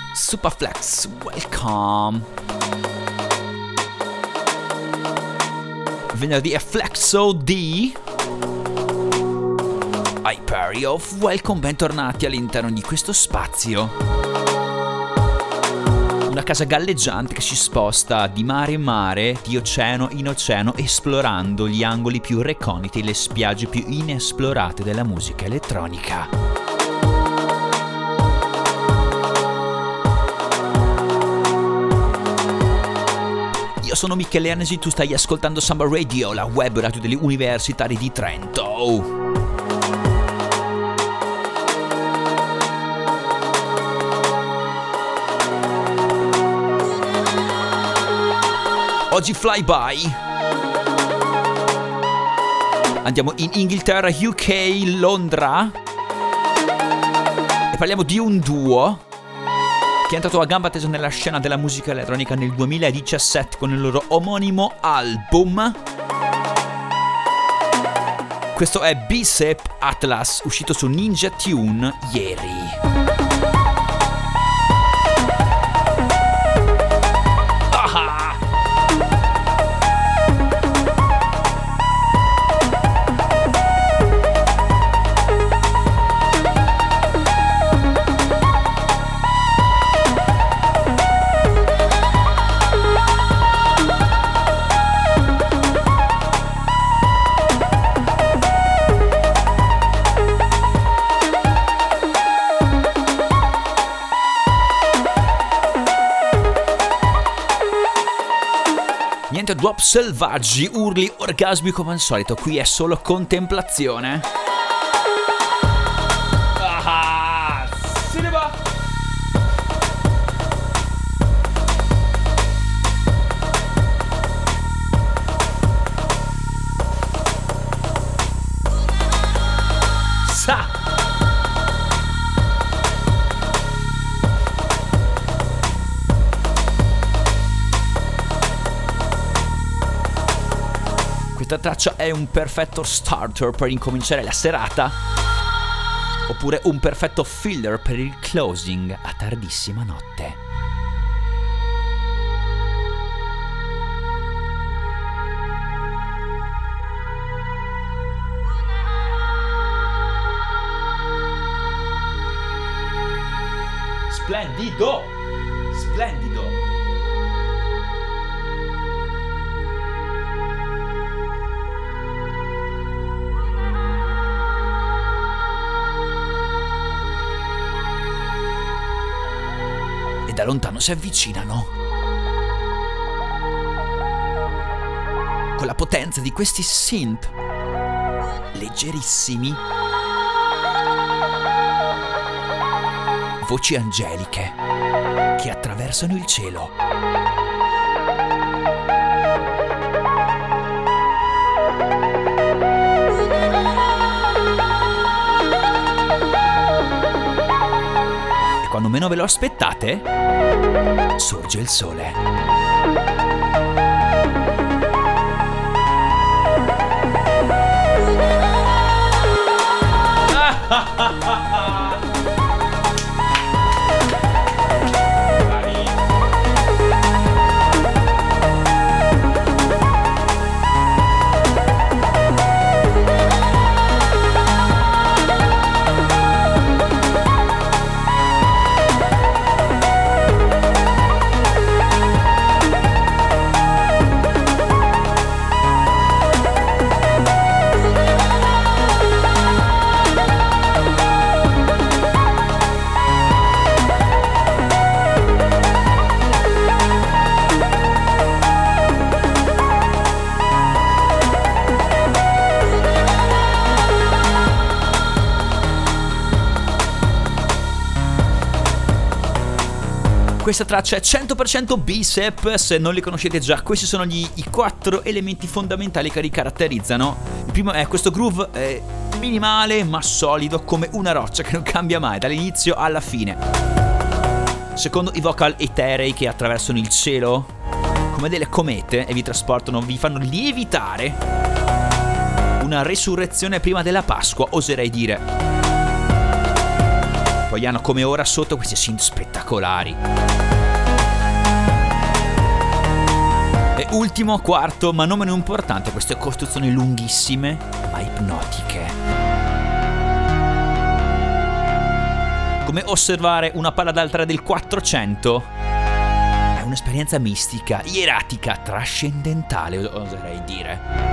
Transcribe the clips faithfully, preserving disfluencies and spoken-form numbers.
Superflex, welcome. Venerdì è Flexo D. Hyperion, welcome, bentornati all'interno di questo spazio. Una casa galleggiante che si sposta di mare in mare, di oceano in oceano, esplorando gli angoli più reconditi e le spiagge più inesplorate della musica elettronica. Io sono Michele Anesi, tu stai ascoltando Samba Radio, la web radio delle universitari di Trento. Oggi flyby. Andiamo in Inghilterra, U K, Londra. E parliamo di un duo che è entrato a gamba tesa nella scena della musica elettronica nel duemiladiciassette con il loro omonimo album. Questo è Bicep Atlas, uscito su Ninja Tune ieri. Niente drop selvaggi, urli, orgasmi come al solito, qui è solo contemplazione. Ah, se ne va. Sa. Questa traccia è un perfetto starter per incominciare la serata, oppure un perfetto filler per il closing a tardissima notte. Splendido! Splendido! Da lontano si avvicinano con la potenza di questi synth leggerissimi, voci angeliche che attraversano il cielo. Quando meno ve lo aspettate, sorge il sole. Questa traccia è cento per cento Bicep, se non li conoscete già, questi sono gli, i quattro elementi fondamentali che li caratterizzano. Il primo è questo groove eh, minimale ma solido come una roccia che non cambia mai, dall'inizio alla fine. Secondo, i vocal eterei che attraversano il cielo come delle comete e vi trasportano, vi fanno lievitare. Una resurrezione prima della Pasqua, oserei dire. Poi hawaiano come ora sotto questi synth spettacolari. E ultimo, quarto, ma non meno importante, queste costruzioni lunghissime ma ipnotiche. Come osservare una palla d'altare del quattrocento. È un'esperienza mistica, ieratica, trascendentale, oserei dire.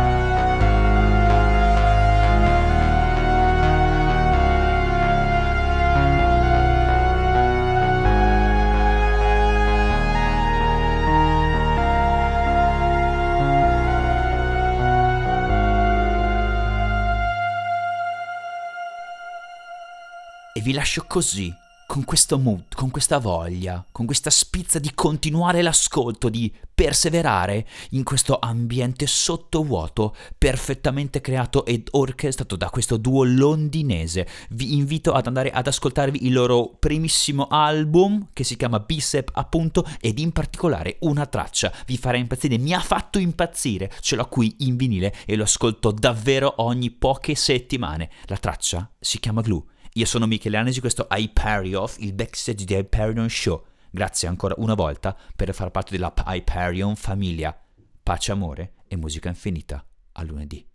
E vi lascio così, con questo mood, con questa voglia, con questa spizza di continuare l'ascolto, di perseverare in questo ambiente sottovuoto perfettamente creato ed orchestrato da questo duo londinese. Vi invito ad andare ad ascoltarvi il loro primissimo album, che si chiama Bicep appunto, ed in particolare una traccia vi farà impazzire, mi ha fatto impazzire, ce l'ho qui in vinile e lo ascolto davvero ogni poche settimane. La traccia si chiama Glue. Io sono Michele Anesi, questo è Hyperion, il backstage di Hyperion Show. Grazie ancora una volta per far parte della Hyperion famiglia. Pace, amore e musica infinita. A lunedì.